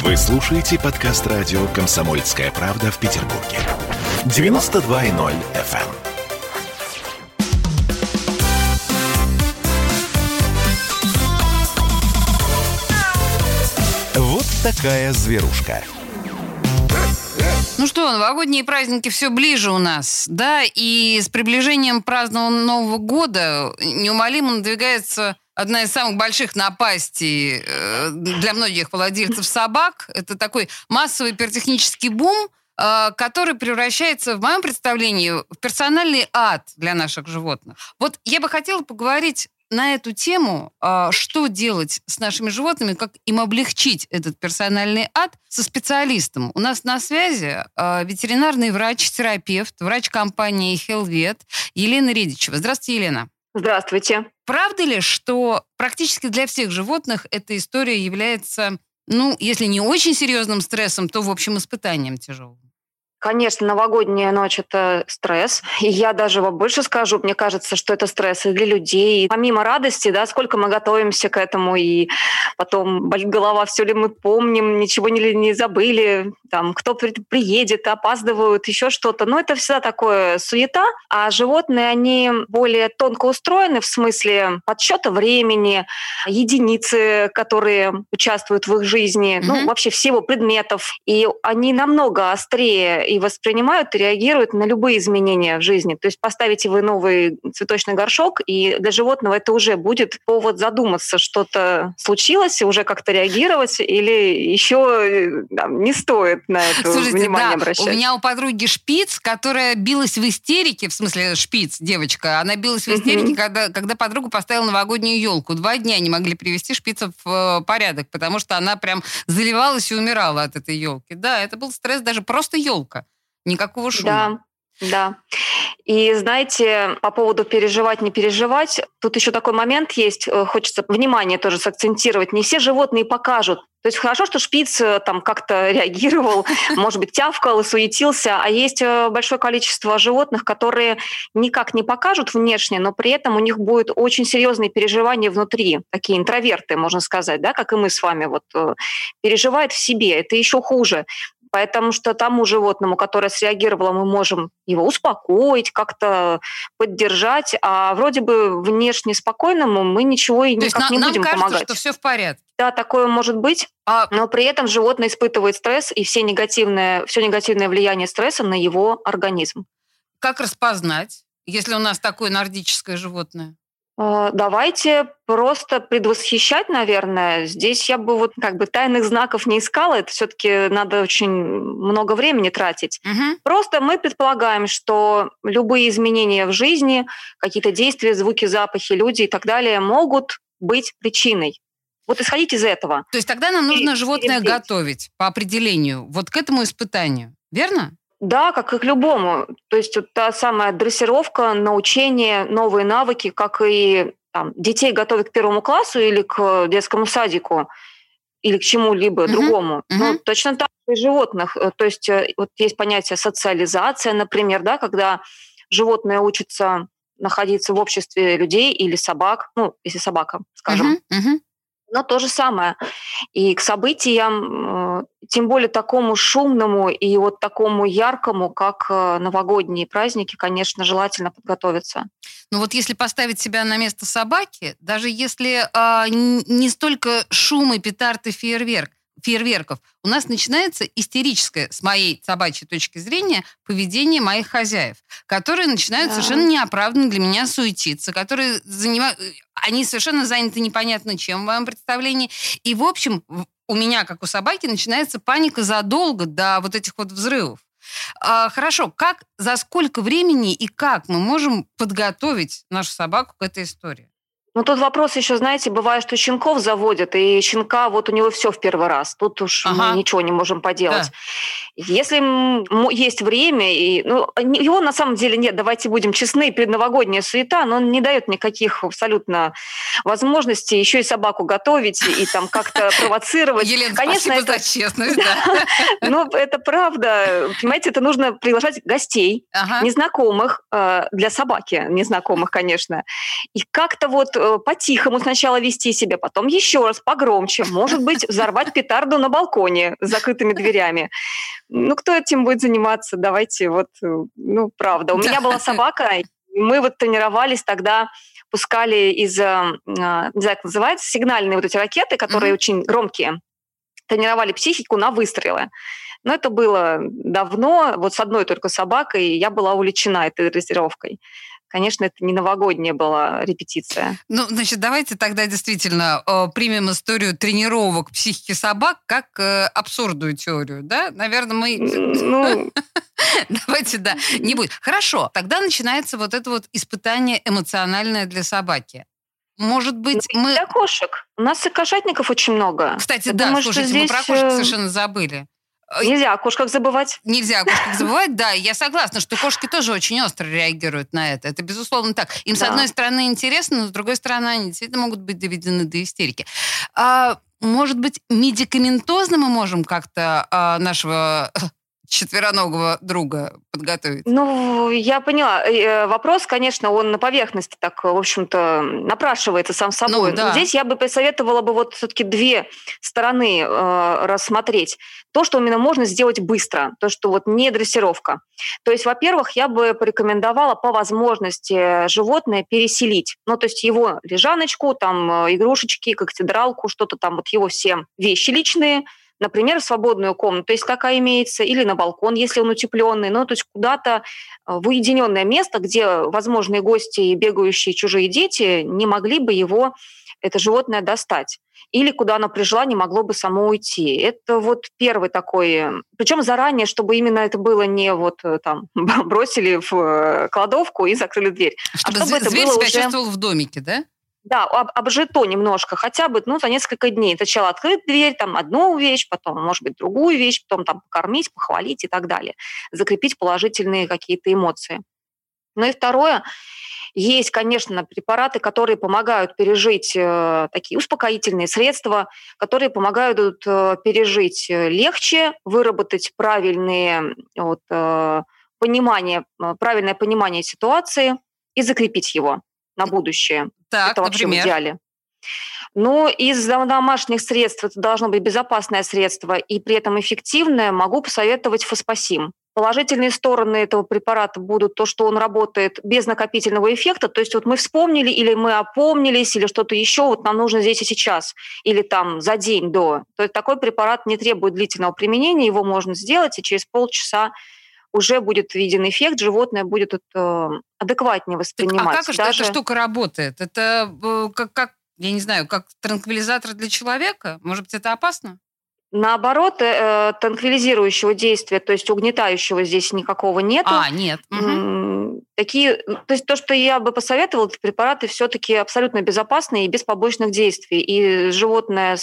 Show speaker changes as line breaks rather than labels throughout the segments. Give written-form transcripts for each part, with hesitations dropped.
Вы слушаете подкаст радио «Комсомольская правда» в Петербурге. 92.0 FM. Вот такая зверушка.
Ну что, новогодние праздники все ближе у нас, да, и с приближением празднования Нового года неумолимо надвигается одна из самых больших напастей для многих владельцев собак. Это такой массовый пиротехнический бум, который превращается, в моем представлении, в персональный ад для наших животных. Вот я бы хотела поговорить на эту тему, что делать с нашими животными, как им облегчить этот персональный ад, со специалистом. У нас на связи ветеринарный врач-терапевт, врач компании HellVet Елена Редичева. Здравствуйте, Елена.
Здравствуйте.
Правда ли, что практически для всех животных эта история является, если не очень серьезным стрессом, то, в общем, испытанием тяжелым?
Конечно, новогодняя ночь – это стресс. И я даже вам больше скажу, мне кажется, что это стресс и для людей. Помимо радости, да, сколько мы готовимся к этому, и потом болит голова, все ли мы помним, ничего не забыли, там, кто приедет, опаздывают, еще что-то. Но это всегда такое суета. А животные, они более тонко устроены в смысле подсчета времени, единицы, которые участвуют в их жизни, вообще всего предметов. И они намного острее и воспринимают, и реагируют на любые изменения в жизни. То есть поставите вы новый цветочный горшок, и для животного это уже будет повод задуматься, что-то случилось, и уже как-то реагировать, или еще не стоит на это внимание обращать.
У меня у подруги шпиц, которая билась в истерике, в смысле шпиц, девочка, она билась в истерике, когда подруга поставила новогоднюю елку. 2 дня не могли привести шпица в порядок, потому что она прям заливалась и умирала от этой елки. Да, это был стресс, даже просто елка. Никакого шума.
Да. И знаете, по поводу переживать, не переживать, тут еще такой момент есть, хочется внимание тоже сакцентировать. Не все животные покажут. То есть хорошо, что шпиц там как-то реагировал, может быть, тявкал и суетился, а есть большое количество животных, которые никак не покажут внешне, но при этом у них будут очень серьезные переживания внутри, такие интроверты, можно сказать, да, как и мы с вами, переживают в себе. Это еще хуже. Потому что тому животному, которое среагировало, мы можем его успокоить, как-то поддержать, а вроде бы внешне спокойному мы ничего и никак не будем помогать.
Нам кажется, что все в порядке.
Да, такое может быть, но при этом животное испытывает стресс и все негативное влияние стресса на его организм.
Как распознать, если у нас такое нордическое животное?
Давайте просто предвосхищать, наверное. Здесь я бы тайных знаков не искала. Это все-таки надо очень много времени тратить. Просто мы предполагаем, что любые изменения в жизни, какие-то действия, звуки, запахи, люди и так далее могут быть причиной. Исходить из этого.
То есть тогда нам нужно животное готовить по определению к этому испытанию. Верно?
Да, как и к любому. То есть та самая дрессировка, научение, новые навыки, как и детей готовят к 1 классу или к детскому садику, или к чему-либо другому. Но точно так же и животных. То есть есть понятие социализация, например, да, когда животное учится находиться в обществе людей или собак, если собака, скажем. Но то же самое. И к событиям, тем более такому шумному и такому яркому, как новогодние праздники, конечно, желательно подготовиться.
Если поставить себя на место собаки, даже если не столько шум и петард и фейерверков, у нас начинается истерическое, с моей собачьей точки зрения, поведение моих хозяев, которые начинают совершенно неоправданно для меня суетиться, которые они совершенно заняты непонятно чем в моем представлении. И, в общем, у меня, как у собаки, начинается паника задолго до этих взрывов. Хорошо, за сколько времени и как мы можем подготовить нашу собаку к этой истории?
Тут вопрос еще, знаете, бывает, что щенков заводят, и щенка у него все в первый раз. Тут уж мы ничего не можем поделать. Да. Если есть время, его на самом деле нет, давайте будем честны, предновогодняя суета, но он не дает никаких абсолютно возможностей еще и собаку готовить и как-то провоцировать.
Елена, конечно, спасибо за честность.
Но это правда. Понимаете, это нужно приглашать гостей, незнакомых, для собаки, незнакомых, конечно. И как-то по-тихому сначала вести себя, потом еще раз погромче, может быть, взорвать петарду на балконе с закрытыми дверями. Ну, кто этим будет заниматься? Давайте правда. У меня была собака, и мы тренировались тогда, пускали из, не знаю, как называется, сигнальные эти ракеты, которые очень громкие, тренировали психику на выстрелы. Но это было давно, с одной только собакой, и я была увлечена этой дрессировкой. Конечно, это не новогодняя была репетиция.
Значит, давайте тогда действительно примем историю тренировок психики собак как абсурдную теорию, да? Наверное, мы... Давайте, да, не будет. Хорошо, тогда начинается это испытание эмоциональное для собаки. Может быть, мы...
Для кошек. У нас и кошатников очень много.
Кстати, слушайте, мы про кошек совершенно забыли.
Нельзя о кошках забывать.
Нельзя о кошках забывать, да. Я согласна, что кошки тоже очень остро реагируют на это. Это, безусловно, так. Им, с одной стороны, интересно, но с другой стороны, они действительно могут быть доведены до истерики. Может быть, медикаментозно мы можем как-то нашего четвероногого друга подготовить?
Я поняла. Вопрос, конечно, он на поверхности так, в общем-то, напрашивается сам собой.
Да.
Но здесь я бы посоветовала бы все-таки две стороны рассмотреть. То, что именно можно сделать быстро, то, что не дрессировка. То есть, во-первых, я бы порекомендовала по возможности животное переселить. То есть его лежаночку, игрушечки, когтедралку, что-то его все вещи личные, например, в свободную комнату, если какая имеется, или на балкон, если он утепленный, то есть куда-то в уединенное место, где возможные гости и бегающие чужие дети не могли бы это животное достать. Или куда оно при желании могло бы само уйти. Это первый такой... Причем заранее, чтобы именно это было не бросили в кладовку и закрыли дверь.
Чтобы зверь себя чувствовал в домике, да?
Да, обжито немножко, хотя бы за несколько дней. Сначала открыть дверь, одну вещь, потом, может быть, другую вещь, потом покормить, похвалить и так далее. Закрепить положительные какие-то эмоции. И второе, есть, конечно, препараты, которые помогают пережить такие успокоительные средства, которые помогают пережить легче, выработать правильное понимание ситуации и закрепить его на будущее.
Так,
это вообще
например?
в идеале. Из домашних средств это должно быть безопасное средство и при этом эффективное. Могу посоветовать фоспасим. Положительные стороны этого препарата будут то, что он работает без накопительного эффекта. То есть мы вспомнили, или мы опомнились, или что-то еще нам нужно здесь и сейчас, или за день до. То есть такой препарат не требует длительного применения, его можно сделать, и через полчаса уже будет виден эффект, животное будет адекватнее воспринимать.
Так, как эта штука работает? Это как, я не знаю, как транквилизатор для человека? Может быть, это опасно?
Наоборот, транквилизирующего действия, то есть угнетающего здесь никакого нету.
Нет.
То есть то, что я бы посоветовала, это препараты все-таки абсолютно безопасные и без побочных действий. И животное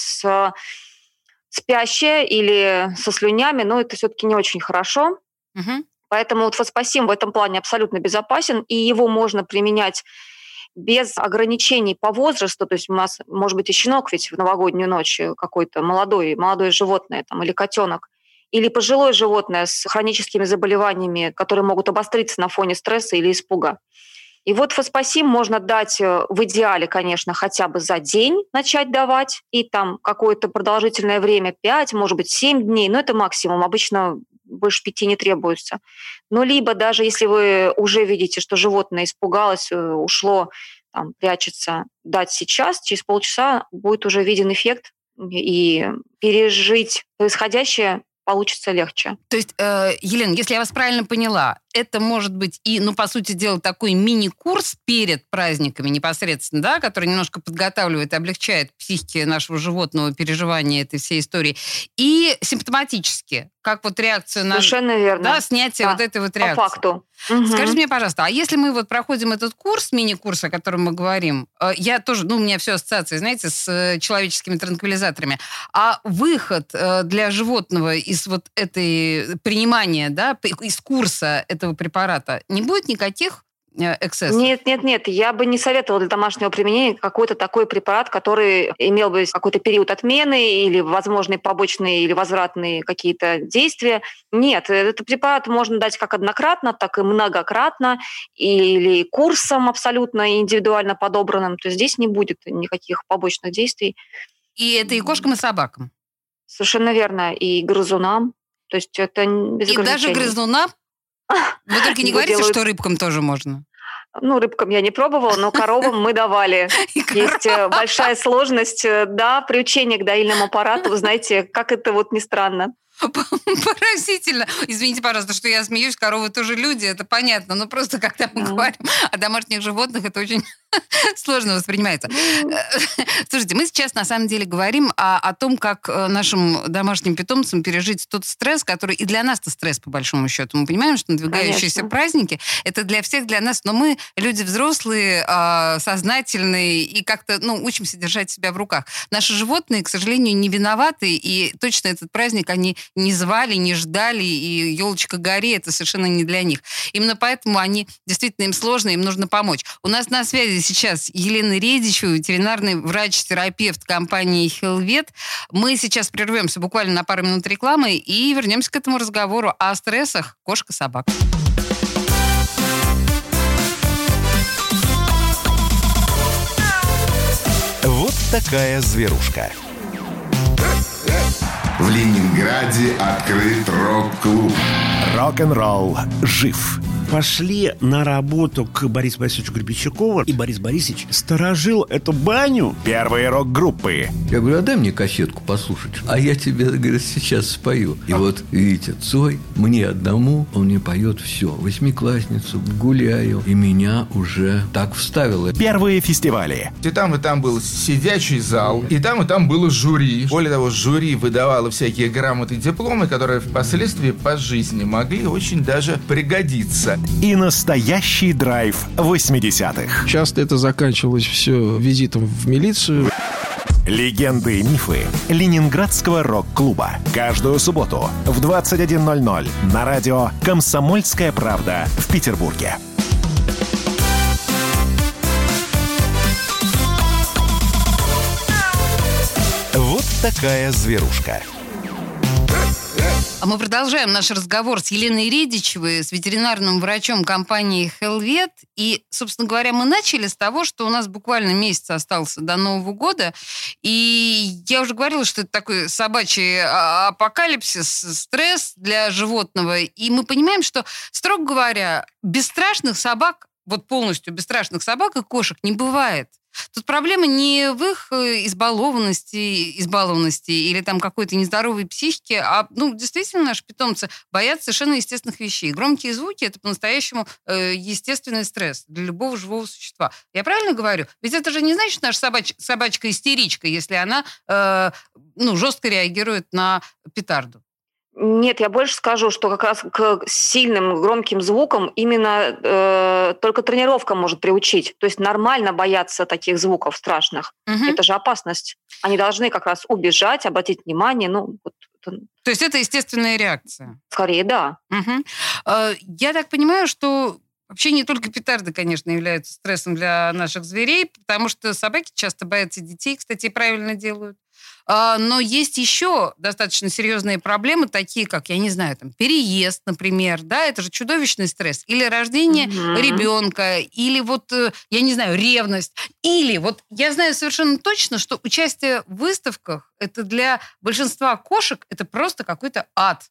спящее или со слюнями, это все-таки не очень хорошо. Поэтому фоспасим в этом плане абсолютно безопасен, и его можно применять без ограничений по возрасту. То есть у нас может быть и щенок ведь в новогоднюю ночь какой-то молодое животное или котенок, или пожилое животное с хроническими заболеваниями, которые могут обостриться на фоне стресса или испуга. И фоспасим можно дать в идеале, конечно, хотя бы за день начать давать, и какое-то продолжительное время, 5, может быть, 7 дней, но это максимум, обычно больше 5 не требуется. Либо даже если вы уже видите, что животное испугалось, ушло, прячется, дать сейчас, через полчаса будет уже виден эффект, и пережить происходящее получится легче.
То есть, Елена, если я вас правильно поняла, это может быть и, по сути дела, такой мини-курс перед праздниками непосредственно, да, который немножко подготавливает и облегчает психике нашего животного переживания этой всей истории, и симптоматически, как реакция на...
Совершенно верно.
Да, снятие этой реакции.
По факту.
Скажите мне, пожалуйста, а если мы проходим этот курс, мини-курс, о котором мы говорим, я тоже, у меня все ассоциации, знаете, с человеческими транквилизаторами, а выход для животного из этой принимания, да, из курса этого препарата, не будет никаких эксцесс?
Нет, я бы не советовала для домашнего применения какой-то такой препарат, который имел бы какой-то период отмены или возможные побочные или возвратные какие-то действия. Нет, этот препарат можно дать как однократно, так и многократно, или курсом абсолютно индивидуально подобранным. То есть здесь не будет никаких побочных действий.
И это и кошкам, и собакам?
Совершенно верно. И грызунам. То есть это без ограничений.
И даже грызунам? Вы только не говорите, что рыбкам тоже можно.
Рыбкам я не пробовала, но коровам мы давали. Есть большая сложность, приучение к доильному аппарату. Вы знаете, как это ни странно.
Поразительно. Извините, пожалуйста, что я смеюсь, коровы тоже люди, это понятно, но просто когда мы говорим о домашних животных, это очень сложно воспринимается. Слушайте, мы сейчас на самом деле говорим о том, как нашим домашним питомцам пережить тот стресс, который и для нас-то стресс, по большому счету. Мы понимаем, что надвигающиеся праздники, это для всех, для нас, но мы люди взрослые, сознательные и как-то, учимся держать себя в руках. Наши животные, к сожалению, не виноваты, и точно этот праздник они не звали, не ждали, и елочка гори, это совершенно не для них. Именно поэтому они, действительно, им сложно, им нужно помочь. У нас на связи сейчас Елена Редичева, ветеринарный врач-терапевт компании Хелвет. Мы сейчас прервемся буквально на пару минут рекламы и вернемся к этому разговору о стрессах кошек-собак.
Вот такая зверушка.
В Ленинграде открыт рок-клуб.
Рок-н-ролл жив.
Пошли на работу к Борису Борисовичу Гребенщикову, и Борис Борисович сторожил эту баню.
Первые рок-группы.
Я говорю, а дай мне кассетку послушать. А я тебе, говорит, сейчас спою. И вот, видите, Цой, мне одному, он мне поет все. Восьмиклассницу, гуляю. И меня уже так вставило.
Первые фестивали.
И там был сидячий зал, и там было жюри. Более того, жюри выдавало всякие грамоты и дипломы, которые впоследствии по жизни могли очень даже пригодиться.
И настоящий драйв 80-х.
Часто это заканчивалось все визитом в милицию.
Легенды и мифы Ленинградского рок-клуба. Каждую субботу в 21:00 на радио «Комсомольская правда» в Петербурге. Вот такая зверушка.
А мы продолжаем наш разговор с Еленой Редичевой, с ветеринарным врачом компании Хелвет. И, собственно говоря, мы начали с того, что у нас буквально месяц остался до Нового года. И я уже говорила, что это такой собачий апокалипсис, стресс для животного. И мы понимаем, что, строго говоря, бесстрашных собак, полностью бесстрашных собак и кошек не бывает. Тут проблема не в их избалованности или там какой-то нездоровой психике, а, действительно, наши питомцы боятся совершенно естественных вещей. Громкие звуки – это по-настоящему естественный стресс для любого живого существа. Я правильно говорю? Ведь это же не значит, что наша собачка истеричка, если она жестко реагирует на петарду.
Нет, я больше скажу, что как раз к сильным громким звукам именно только тренировка может приучить. То есть нормально бояться таких звуков страшных. Угу. Это же опасность. Они должны как раз убежать, обратить внимание.
То есть это естественная реакция?
Скорее, да.
Угу. Я так понимаю, что вообще не только петарды, конечно, являются стрессом для наших зверей, потому что собаки часто боятся детей, кстати, и правильно делают. Но есть еще достаточно серьезные проблемы, такие как, переезд, например, да, это же чудовищный стресс, или рождение ребенка, или ревность, или я знаю совершенно точно, что участие в выставках, это для большинства кошек, это просто какой-то ад.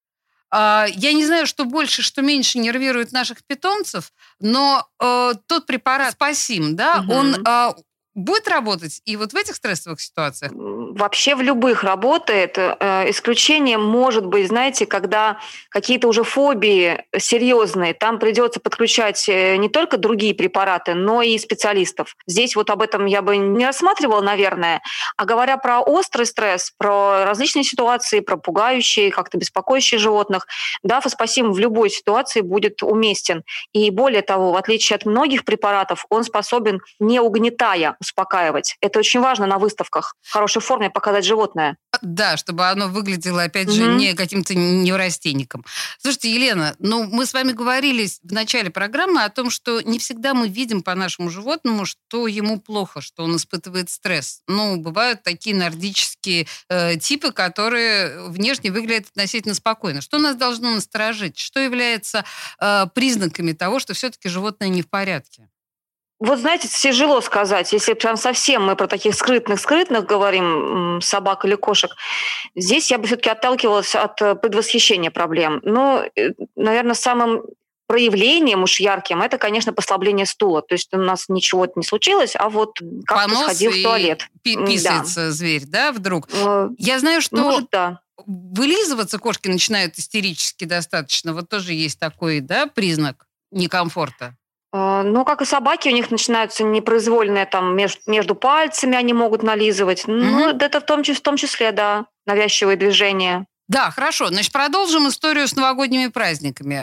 Я не знаю, что больше, что меньше нервирует наших питомцев, но тот препарат «Спасим», да, он будет работать и в этих стрессовых ситуациях?
Вообще в любых работает. Исключением может быть, когда какие-то уже фобии серьезные, там придется подключать не только другие препараты, но и специалистов. Здесь об этом я бы не рассматривала, наверное. А говоря про острый стресс, про различные ситуации, про пугающие, как-то беспокоящие животных, да, фоспасим в любой ситуации будет уместен. И более того, в отличие от многих препаратов, он способен, не угнетая, успокаивать. Это очень важно на выставках. В хорошей форме показать животное.
Да, чтобы оно выглядело, опять же, не каким-то неврастенником. Слушайте, Елена, мы с вами говорили в начале программы о том, что не всегда мы видим по нашему животному, что ему плохо, что он испытывает стресс. Бывают такие нордические типы, которые внешне выглядят относительно спокойно. Что нас должно насторожить? Что является признаками того, что все-таки животное не в порядке?
Вот знаете, тяжело сказать, если прям совсем мы про таких скрытных говорим, собак или кошек, здесь я бы все-таки отталкивалась от предвосхищения проблем. Наверное, самым проявлением уж ярким это, конечно, послабление стула. То есть у нас ничего не случилось, а вот как-то сходил в туалет.
Писается зверь, да, вдруг? Я знаю, что...
Может, да.
Вылизываться кошки начинают истерически достаточно. Вот тоже есть такой, да, признак некомфорта.
Как и собаки, у них начинаются непроизвольные там между пальцами они могут нализывать. Это в том числе, да, навязчивые движения.
Да, хорошо. Значит, продолжим историю с новогодними праздниками.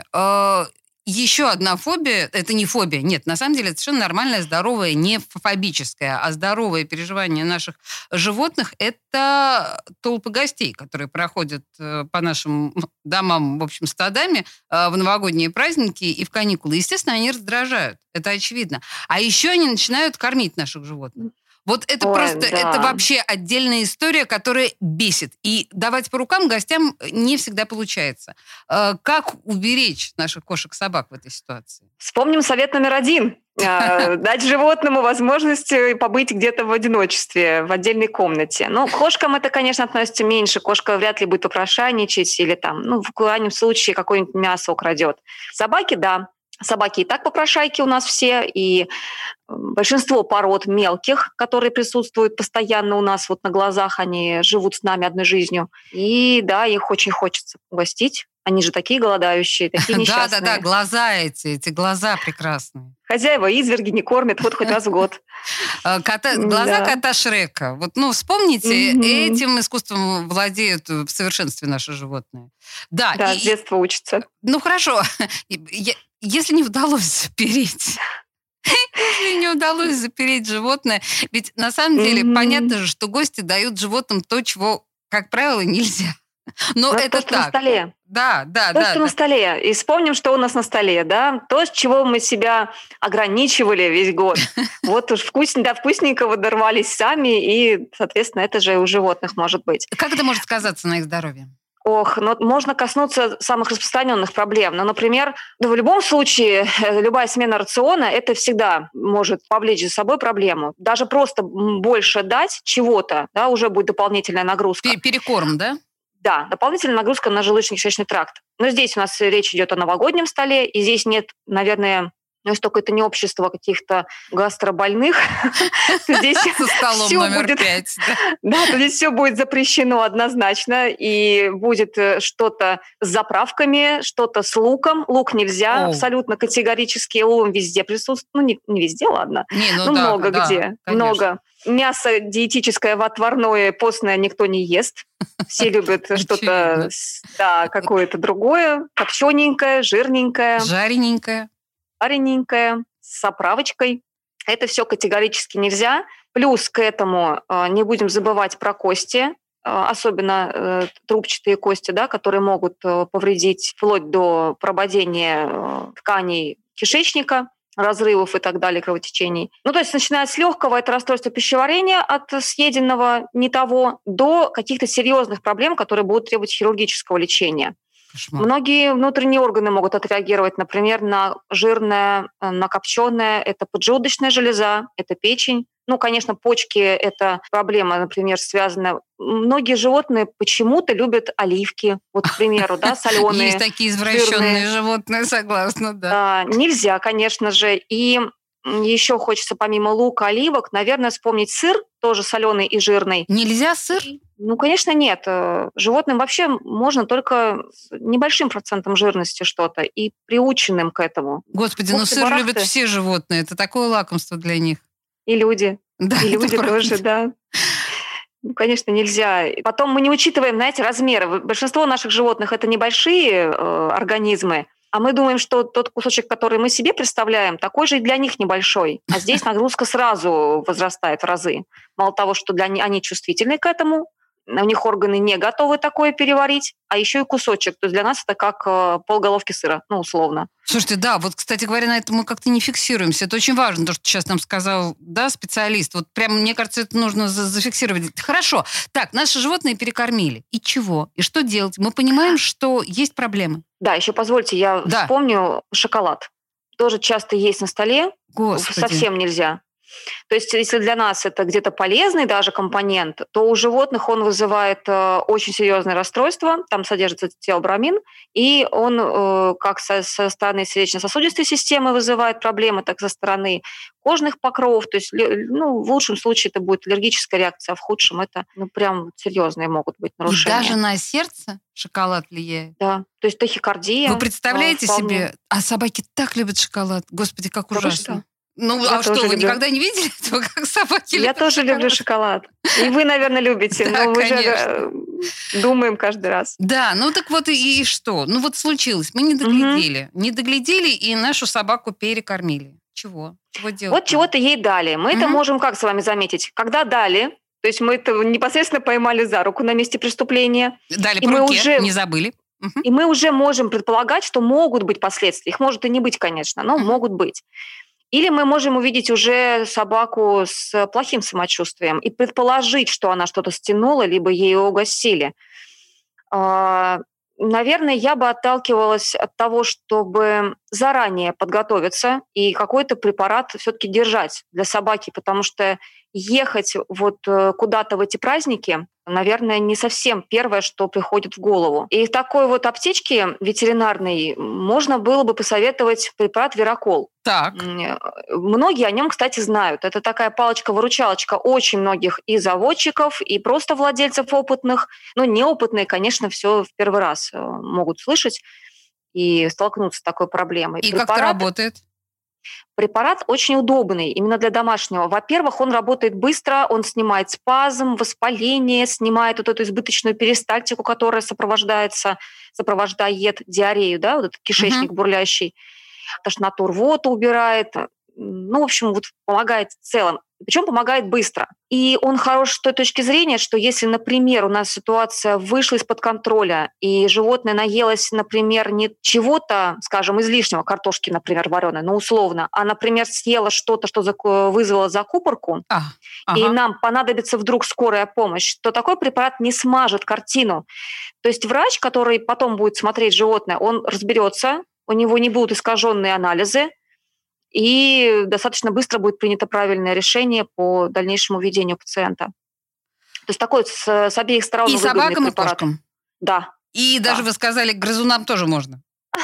Еще одна фобия, это не фобия, нет, на самом деле это совершенно нормальное, здоровое, не фобическое, а здоровое переживание наших животных – это толпы гостей, которые проходят по нашим домам, в общем, стадами в новогодние праздники и в каникулы. Естественно, они раздражают, это очевидно. А еще они начинают кормить наших животных. Вот это это вообще отдельная история, которая бесит. И давать по рукам гостям не всегда получается. Как уберечь наших кошек-собак в этой ситуации?
Вспомним совет номер 1. Дать животному возможность побыть где-то в одиночестве, в отдельной комнате. К кошкам это, конечно, относится меньше. Кошка вряд ли будет попрошайничать или в крайнем случае какое-нибудь мясо украдет. Собаки, да. Собаки и так попрошайки у нас все, и большинство пород мелких, которые присутствуют постоянно у нас вот на глазах, они живут с нами одной жизнью. И да, их очень хочется угостить. Они же такие голодающие, такие несчастные.
Да, глаза эти глаза прекрасные.
Хозяева изверги не кормят хоть раз в год.
Глаза кота Шрека. Вспомните, этим искусством владеют в совершенстве наши животные. Да,
с детства учатся.
Хорошо. Если не удалось запереть животное, ведь на самом деле понятно же, что гости дают животным то, чего, как правило, нельзя. Но это так.
На столе.
Да.
Что на столе. И вспомним, что у нас на столе, да? То, с чего мы себя ограничивали весь год. Вот уж вкусненького дорвались сами, и, соответственно, это же и у животных может быть.
Как это может сказаться на их здоровье?
Можно коснуться самых распространенных проблем. Например, в любом случае, любая смена рациона, это всегда может повлечь за собой проблему. Даже просто больше дать чего-то, да, уже будет дополнительная нагрузка.
Перекорм, да?
Да, дополнительная нагрузка на желудочно-кишечный тракт. Но здесь у нас речь идет о новогоднем столе, и здесь нет, наверное, если только это не общество каких-то гастробольных, здесь
со столом номер 5.
Да, то здесь все будет запрещено однозначно, и будет что-то с заправками, что-то с луком. Лук нельзя, абсолютно категорически. Лук везде присутствует. Не везде, ладно. Много где. Много. Мясо диетическое, отварное, постное никто не ест. Все любят что-то, какое-то другое, копчененькое, жирненькое. Жарененькое, с заправочкой. Это все категорически нельзя. Плюс к этому не будем забывать про кости, особенно трубчатые кости, да, которые могут повредить вплоть до прободения тканей кишечника, разрывов и так далее, кровотечений. То есть начиная с легкого, это расстройство пищеварения от съеденного не того, до каких-то серьезных проблем, которые будут требовать хирургического лечения. Многие внутренние органы могут отреагировать, например, на жирное, на копченое. Это поджелудочная железа, это печень. Конечно, почки – это проблема, например, связанная... Многие животные почему-то любят оливки, к примеру, да, соленые.
Есть такие извращенные животные, согласна, да.
Нельзя, конечно же. И еще хочется помимо лука, оливок, наверное, вспомнить сыр, тоже соленый и жирный.
Нельзя сыр?
Конечно, нет. Животным вообще можно только с небольшим процентом жирности что-то и приученным к этому.
Господи, сыр любят все животные. Это такое лакомство для них.
И люди.
Да,
и люди тоже, да. Конечно, нельзя. Потом мы не учитываем, размеры. Большинство наших животных – это небольшие организмы, А мы думаем, что тот кусочек, который мы себе представляем, такой же и для них небольшой. А здесь нагрузка сразу возрастает в разы. Мало того, что они чувствительны к этому, у них органы не готовы такое переварить, а еще и кусочек. То есть для нас это как полголовки сыра, условно.
Слушайте, да, вот, кстати говоря, на этом мы как-то не фиксируемся. Это очень важно, то, что сейчас нам сказал, да, специалист. Вот прям, мне кажется, это нужно зафиксировать. Хорошо. Так, наши животные перекормили. И чего? И что делать? Мы понимаем, что есть проблемы.
Да, еще позвольте, я вспомню шоколад. Тоже часто есть на столе.
Господи.
Совсем нельзя. То есть, если для нас это где-то полезный даже компонент, то у животных он вызывает очень серьезное расстройство. Там содержится теобрамин, и он как со стороны сердечно-сосудистой системы вызывает проблемы, так и со стороны кожных покровов. То есть, в лучшем случае это будет аллергическая реакция, а в худшем это прям серьезные могут быть нарушения.
И даже на сердце шоколад влияет?
Да, то есть тахикардия.
Вы представляете себе? А собаки так любят шоколад. Господи, как ужасно.
Я
что, вы
люблю.
Никогда не видели этого, как собаки любят?
Я тоже люблю шоколад. И вы, наверное, любите.
Да,
но мы
конечно.
же думаем каждый раз.
Да, так вот и что? Случилось. Мы не доглядели. Не доглядели и нашу собаку перекормили. Чего? Чего делать?
Вот чего-то ей дали. Мы это можем как с вами заметить? Когда дали, то есть мы это непосредственно поймали за руку на месте преступления.
Дали по руке, не забыли.
И мы уже можем предполагать, что могут быть последствия. Их может и не быть, конечно, но могут быть. Или мы можем увидеть уже собаку с плохим самочувствием и предположить, что она что-то стянула, либо ей угостили. Наверное, я бы отталкивалась от того, чтобы заранее подготовиться и какой-то препарат все-таки держать для собаки, потому что ехать куда-то в эти праздники, наверное, не совсем первое, что приходит в голову. И в такой аптечке ветеринарной можно было бы посоветовать препарат Веракол.
Так.
Многие о нем, кстати, знают. Это такая палочка-выручалочка очень многих и заводчиков, и просто владельцев опытных. Но неопытные, конечно, все в первый раз могут слышать и столкнуться с такой проблемой.
И как это работает?
Препарат очень удобный именно для домашнего. Во-первых, он работает быстро, он снимает спазм, воспаление, снимает эту избыточную перистальтику, которая сопровождает диарею, да, этот кишечник бурлящий, тошноту, рвоту убирает. В общем, помогает в целом. Причем помогает быстро. И он хорош с той точки зрения, что если, например, у нас ситуация вышла из-под контроля, и животное наелось, например, не чего-то, скажем, излишнего, картошки, например, вареной, условно, а, например, съело что-то, что вызвало закупорку, и нам понадобится вдруг скорая помощь, то такой препарат не смажет картину. То есть врач, который потом будет смотреть животное, он разберется, у него не будут искаженные анализы, и достаточно быстро будет принято правильное решение по дальнейшему ведению пациента. То есть такой с обеих сторон
и
выгодный
собакам,
препарат.
И кошкам?
Да.
И даже вы сказали, грызунам тоже можно?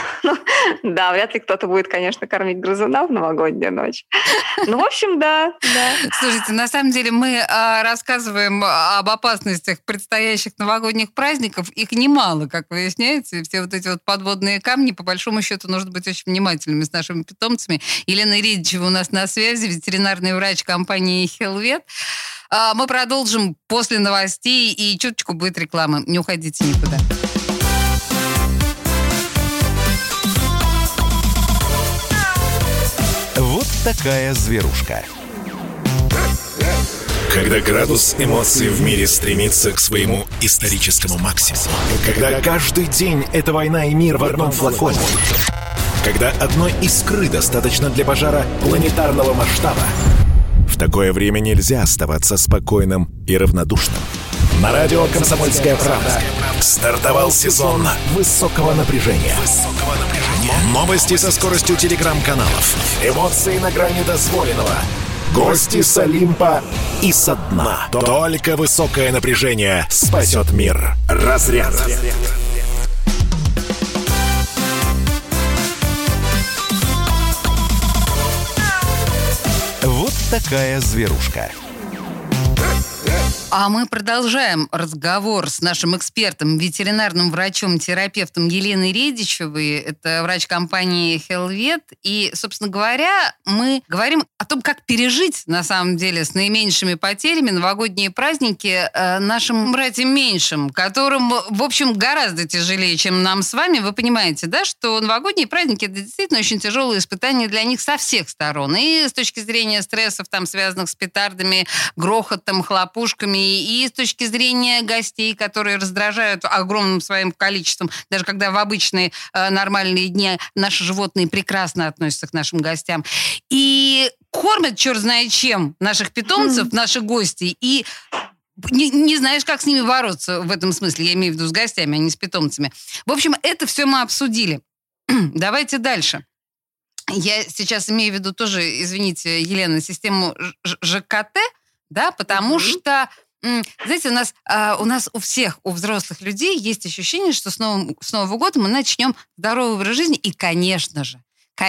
Да, вряд ли кто-то будет, конечно, кормить грызуна в новогоднюю ночь. В общем, да.
Слушайте, на самом деле мы рассказываем об опасностях предстоящих новогодних праздников. Их немало, как выясняется. И все эти подводные камни, по большому счету, нужно быть очень внимательными с нашими питомцами. Елена Иридичева у нас на связи, ветеринарный врач компании «Хелвет». Мы продолжим после новостей, и чуточку будет реклама. Не уходите никуда.
Вот такая зверушка. Когда градус эмоций в мире стремится к своему историческому максимуму. Когда каждый день — это война и мир в одном флаконе. Когда одной искры достаточно для пожара планетарного масштаба. В такое время нельзя оставаться спокойным и равнодушным. На радио «Комсомольская правда» стартовал сезон высокого напряжения. Новости со скоростью телеграм-каналов. Эмоции на грани дозволенного. Гости с Олимпа и со дна. Только высокое напряжение спасет мир. Разряд. Вот такая зверушка.
А мы продолжаем разговор с нашим экспертом, ветеринарным врачом-терапевтом Еленой Редичевой. Это врач компании HealthVet. И, собственно говоря, мы говорим о том, как пережить, на самом деле, с наименьшими потерями новогодние праздники нашим братьям меньшим, которым, в общем, гораздо тяжелее, чем нам с вами. Вы понимаете, да, что новогодние праздники – это действительно очень тяжелые испытания для них со всех сторон. И с точки зрения стрессов, там, связанных с петардами, грохотом, хлопушками, и с точки зрения гостей, которые раздражают огромным своим количеством. Даже когда в обычные нормальные дни наши животные прекрасно относятся к нашим гостям. И кормят черт знает чем наших питомцев, наших гостей. И не знаешь, как с ними бороться в этом смысле. Я имею в виду с гостями, а не с питомцами. В общем, это все мы обсудили. Давайте дальше. Я сейчас имею в виду тоже, извините, Елена, систему ЖКТ, да, потому что, знаете, у нас у всех, у взрослых людей есть ощущение, что с Нового года мы начнем здоровый образ жизни и, конечно же,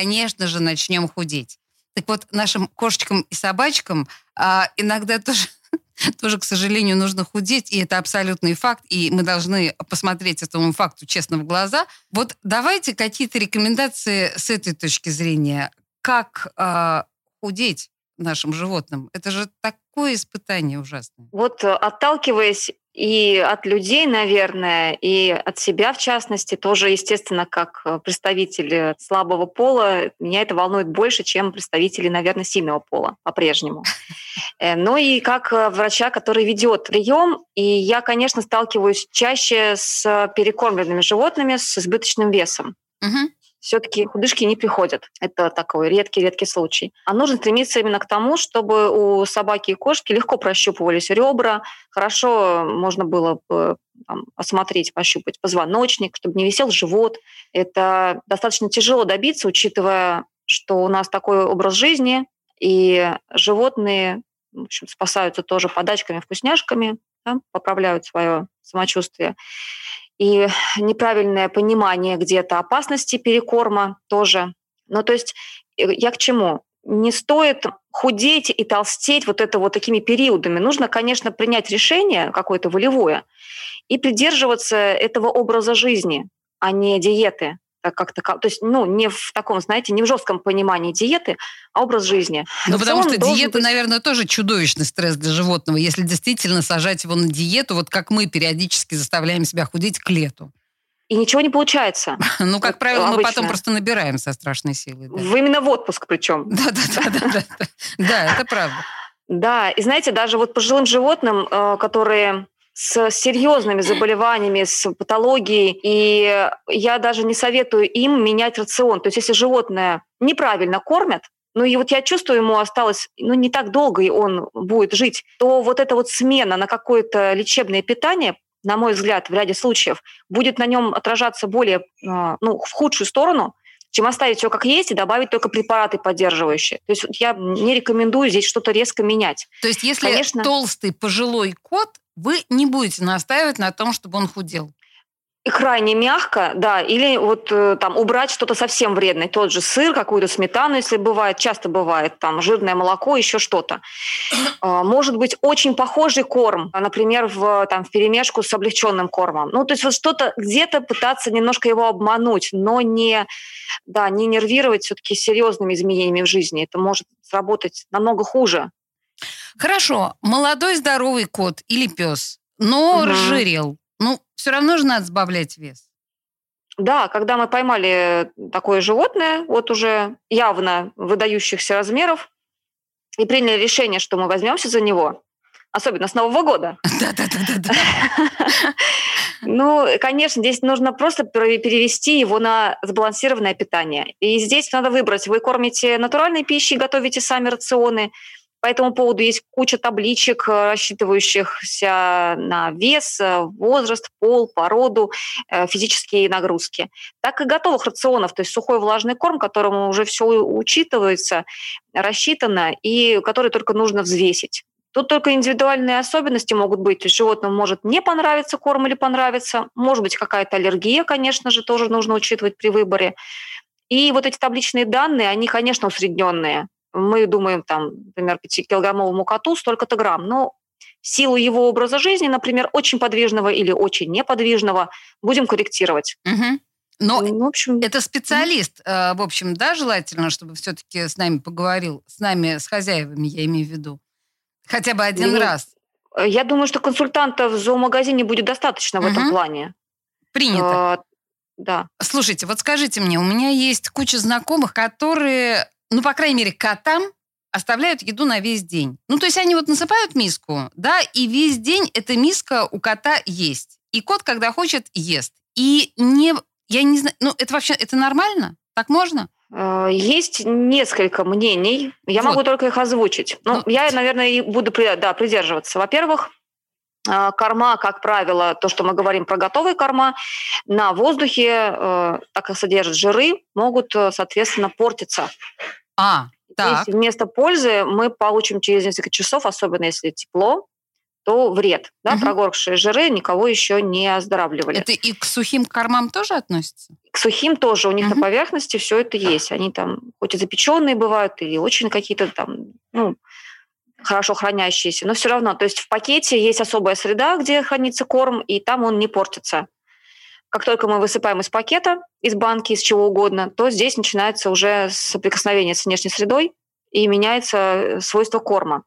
начнем худеть. Так вот, нашим кошечкам и собачкам иногда тоже, к сожалению, нужно худеть, и это абсолютный факт, и мы должны посмотреть этому факту честно в глаза. Вот давайте какие-то рекомендации с этой точки зрения. Как худеть нашим животным? Это же такое испытание ужасное.
Вот отталкиваясь и от людей, наверное, и от себя, в частности, тоже, естественно, как представитель слабого пола, меня это волнует больше, чем представители, наверное, сильного пола по-прежнему. Ну и как врача, который ведет прием, и я, конечно, сталкиваюсь чаще с перекормленными животными с избыточным весом. Все-таки худышки не приходят. Это такой редкий случай. А нужно стремиться именно к тому, чтобы у собаки и кошки легко прощупывались ребра, хорошо можно было осмотреть, пощупать позвоночник, чтобы не висел живот. Это достаточно тяжело добиться, учитывая, что у нас такой образ жизни, и животные, в общем, спасаются тоже подачками, вкусняшками, да, поправляют свое самочувствие. И неправильное понимание где-то опасности перекорма тоже. Ну, то есть я к чему? Не стоит худеть и толстеть вот это вот такими периодами. Нужно, конечно, принять решение какое-то волевое и придерживаться этого образа жизни, а не диеты. То есть, не в таком, знаете, не в жестком понимании диеты, а образ жизни.
Ну, потому что диета, наверное, тоже чудовищный стресс для животного, если действительно сажать его на диету, вот как мы периодически заставляем себя худеть к лету.
И ничего не получается.
Ну, как правило, мы потом просто набираем со страшной силой.
Именно в отпуск причем.
Да, это правда.
Да, и знаете, даже вот пожилым животным, которые с серьезными заболеваниями, с патологией, и я даже не советую им менять рацион. То есть если животное неправильно кормят, и вот я чувствую, ему осталось не так долго, и он будет жить, то вот эта вот смена на какое-то лечебное питание, на мой взгляд, в ряде случаев, будет на нем отражаться более, в худшую сторону, чем оставить все как есть и добавить только препараты поддерживающие. То есть я не рекомендую здесь что-то резко менять.
То есть если толстый пожилой кот, вы не будете настаивать на том, чтобы он худел?
И крайне мягко, да, или вот там убрать что-то совсем вредное, тот же сыр, какую-то сметану, если бывает, часто бывает, там жирное молоко, еще что-то. Может быть, очень похожий корм, например, вперемешку с облегченным кормом. То есть вот что-то где-то пытаться немножко его обмануть, но не нервировать все-таки серьезными изменениями в жизни. Это может сработать намного хуже.
Хорошо, молодой здоровый кот или пес, но разжирел. Все равно же надо сбавлять вес.
Да, когда мы поймали такое животное, вот уже явно выдающихся размеров, и приняли решение, что мы возьмемся за него, особенно с Нового года.
Да.
Конечно, здесь нужно просто перевести его на сбалансированное питание. И здесь надо выбрать, вы кормите натуральной пищей, готовите сами рационы. По этому поводу есть куча табличек, рассчитывающихся на вес, возраст, пол, породу, физические нагрузки. Так и готовых рационов, то есть сухой влажный корм, которому уже все учитывается, рассчитано, и который только нужно взвесить. Тут только индивидуальные особенности могут быть. То есть животному может не понравиться корм или понравиться. Может быть, какая-то аллергия, конечно же, тоже нужно учитывать при выборе. И вот эти табличные данные, они, конечно, усредненные. Мы думаем, например, 5-килограммовому коту столько-то грамм. Но В силу его образа жизни, например, очень подвижного или очень неподвижного, будем корректировать.
Угу. Но
в общем,
это специалист, в общем, да, желательно, чтобы все-таки с нами поговорил, с нами, с хозяевами, я имею в виду. Хотя бы один раз.
Я думаю, что консультанта в зоомагазине будет достаточно в этом плане.
Принято.
Да.
Слушайте, вот скажите мне, у меня есть куча знакомых, которые, ну, по крайней мере, котам оставляют еду на весь день. Ну, то есть они вот насыпают миску, да, и весь день эта миска у кота есть. И кот, когда хочет, ест. И я не знаю, ну, это вообще, это нормально? Так можно?
Есть несколько мнений. Я могу только их озвучить. Я, наверное, и буду придерживаться. Во-первых, корма, как правило, то, что мы говорим про готовые корма, на воздухе, так как содержат жиры, могут, соответственно, портиться.
Так.
Если вместо пользы мы получим через несколько часов, особенно если тепло, то вред. Да? Прогоркшие жиры никого еще не оздоравливали.
Это и к сухим кормам тоже относится?
К сухим тоже. У них на поверхности все это есть. Они там хоть и запеченные бывают, или очень какие-то там, хорошо хранящиеся, но все равно. То есть в пакете есть особая среда, где хранится корм, и там он не портится. Как только мы высыпаем из пакета, из банки, из чего угодно, то здесь начинается уже соприкосновение с внешней средой и меняется свойство корма.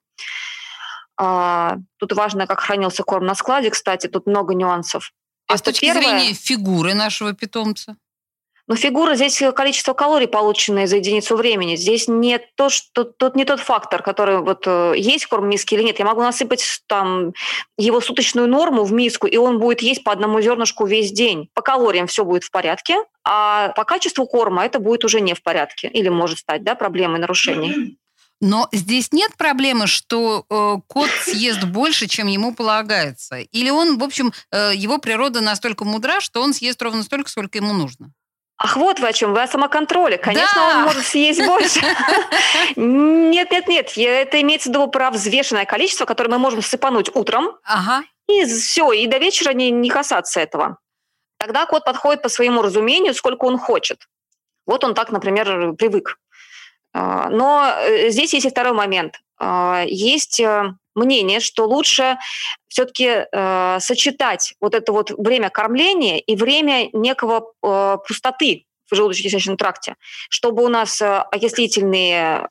Тут важно, как хранился корм на складе, кстати, тут много нюансов.
А с точки зрения фигуры нашего питомца?
Фигура, здесь количество калорий, полученное за единицу времени. Здесь не тут не тот фактор, который вот есть корм в миске или нет. Я могу насыпать там его суточную норму в миску, и он будет есть по одному зернышку весь день. По калориям все будет в порядке, а по качеству корма это будет уже не в порядке. Или может стать, проблемой нарушений.
Но здесь нет проблемы, что кот съест больше, чем ему полагается? Или он, в общем, его природа настолько мудра, что он съест ровно столько, сколько ему нужно?
Ах, вот вы о чем, вы о самоконтроле. Конечно, он может съесть больше. Нет. Это имеется в виду про взвешенное количество, которое мы можем сыпануть утром. И все, и до вечера не касаться этого. Тогда кот подходит по своему разумению, сколько он хочет. Вот он так, например, привык. Но здесь есть и второй момент. Есть мнение, что лучше все-таки сочетать вот это вот время кормления и время некого пустоты в желудочно-кишечном тракте, чтобы у нас окислительные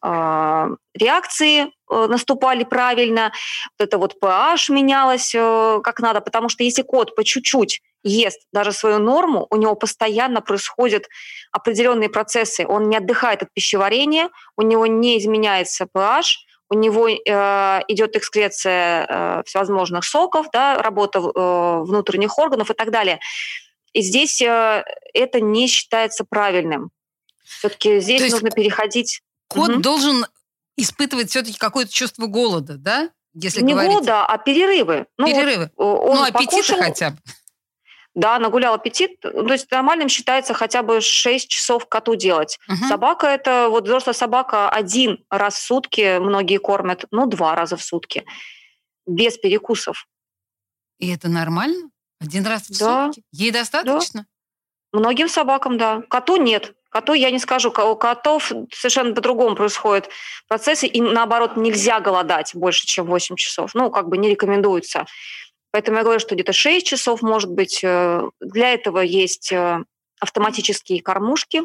реакции наступали правильно, вот это вот pH менялось как надо, потому что если кот по чуть-чуть ест даже свою норму, у него постоянно происходят определенные процессы. Он не отдыхает от пищеварения, у него не изменяется pH, у него идет экскреция всевозможных соков, работа внутренних органов и так далее. И здесь это не считается правильным. Все-таки здесь нужно переходить...
Кот должен испытывать все-таки какое-то чувство голода, да? Если
не
говорить...
голода, а перерывы.
Перерывы.
Он
аппетита
покушал,
хотя бы.
Да, нагулял аппетит. То есть нормальным считается хотя бы 6 часов коту делать. Собака это, взрослая собака 1 раз в сутки, многие кормят, 2 раза в сутки, без перекусов.
И это нормально? 1 раз в сутки? Ей достаточно?
Да. Многим собакам, да. Коту нет. Коту я не скажу. У котов совершенно по-другому происходят процессы. Им, наоборот, нельзя голодать больше, чем 8 часов. Не рекомендуется. Поэтому я говорю, что где-то 6 часов, может быть. Для этого есть автоматические кормушки,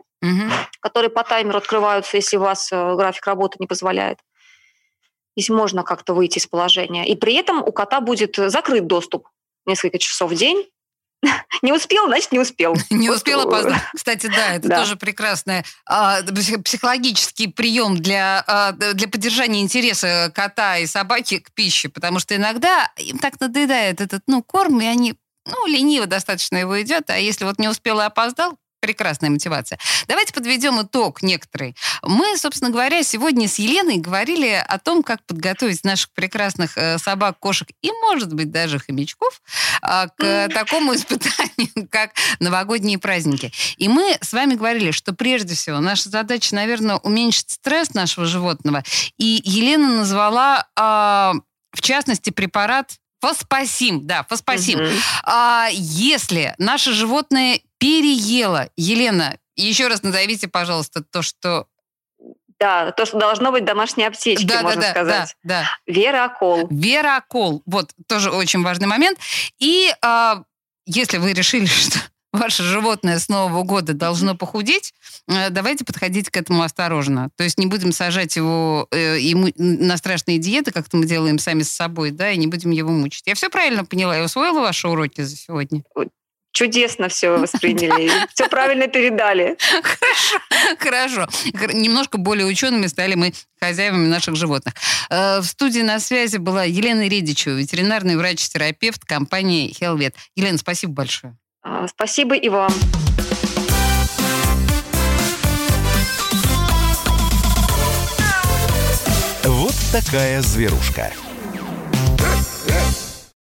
которые по таймеру открываются, если у вас график работы не позволяет. Здесь можно как-то выйти из положения. И при этом у кота будет закрыт доступ несколько часов в день. Не успел, значит, не успел.
Не успел опоздать. Кстати, это тоже прекрасный психологический прием для поддержания интереса кота и собаки к пище, потому что иногда им так надоедает этот корм, и они лениво достаточно его едят, а если не успел и опоздал, прекрасная мотивация. Давайте подведем итог некоторый. Мы, собственно говоря, сегодня с Еленой говорили о том, как подготовить наших прекрасных собак, кошек и, может быть, даже хомячков к такому испытанию, как новогодние праздники. И мы с вами говорили, что прежде всего наша задача, наверное, уменьшить стресс нашего животного. И Елена назвала, в частности, препарат Фоспасим. Да, Фоспасим. Если наше животное переело, Елена, еще раз назовите, пожалуйста, то, что...
Да, то, что должно быть в домашней аптечке, можно сказать.
Да.
Веракол.
Веракол. Вот, тоже очень важный момент. И если вы решили, что ваше животное с Нового года должно похудеть, давайте подходить к этому осторожно. То есть не будем сажать его на страшные диеты, как-то мы делаем сами с собой, да, и не будем его мучить. Я все правильно поняла? Я усвоила ваши уроки за сегодня?
Чудесно все восприняли. Все правильно передали.
Хорошо. Немножко более учеными стали мы хозяевами наших животных. В студии на связи была Елена Редичева, ветеринарный врач-терапевт компании Hellvet. Елена, спасибо большое.
Спасибо и вам.
Вот такая зверушка.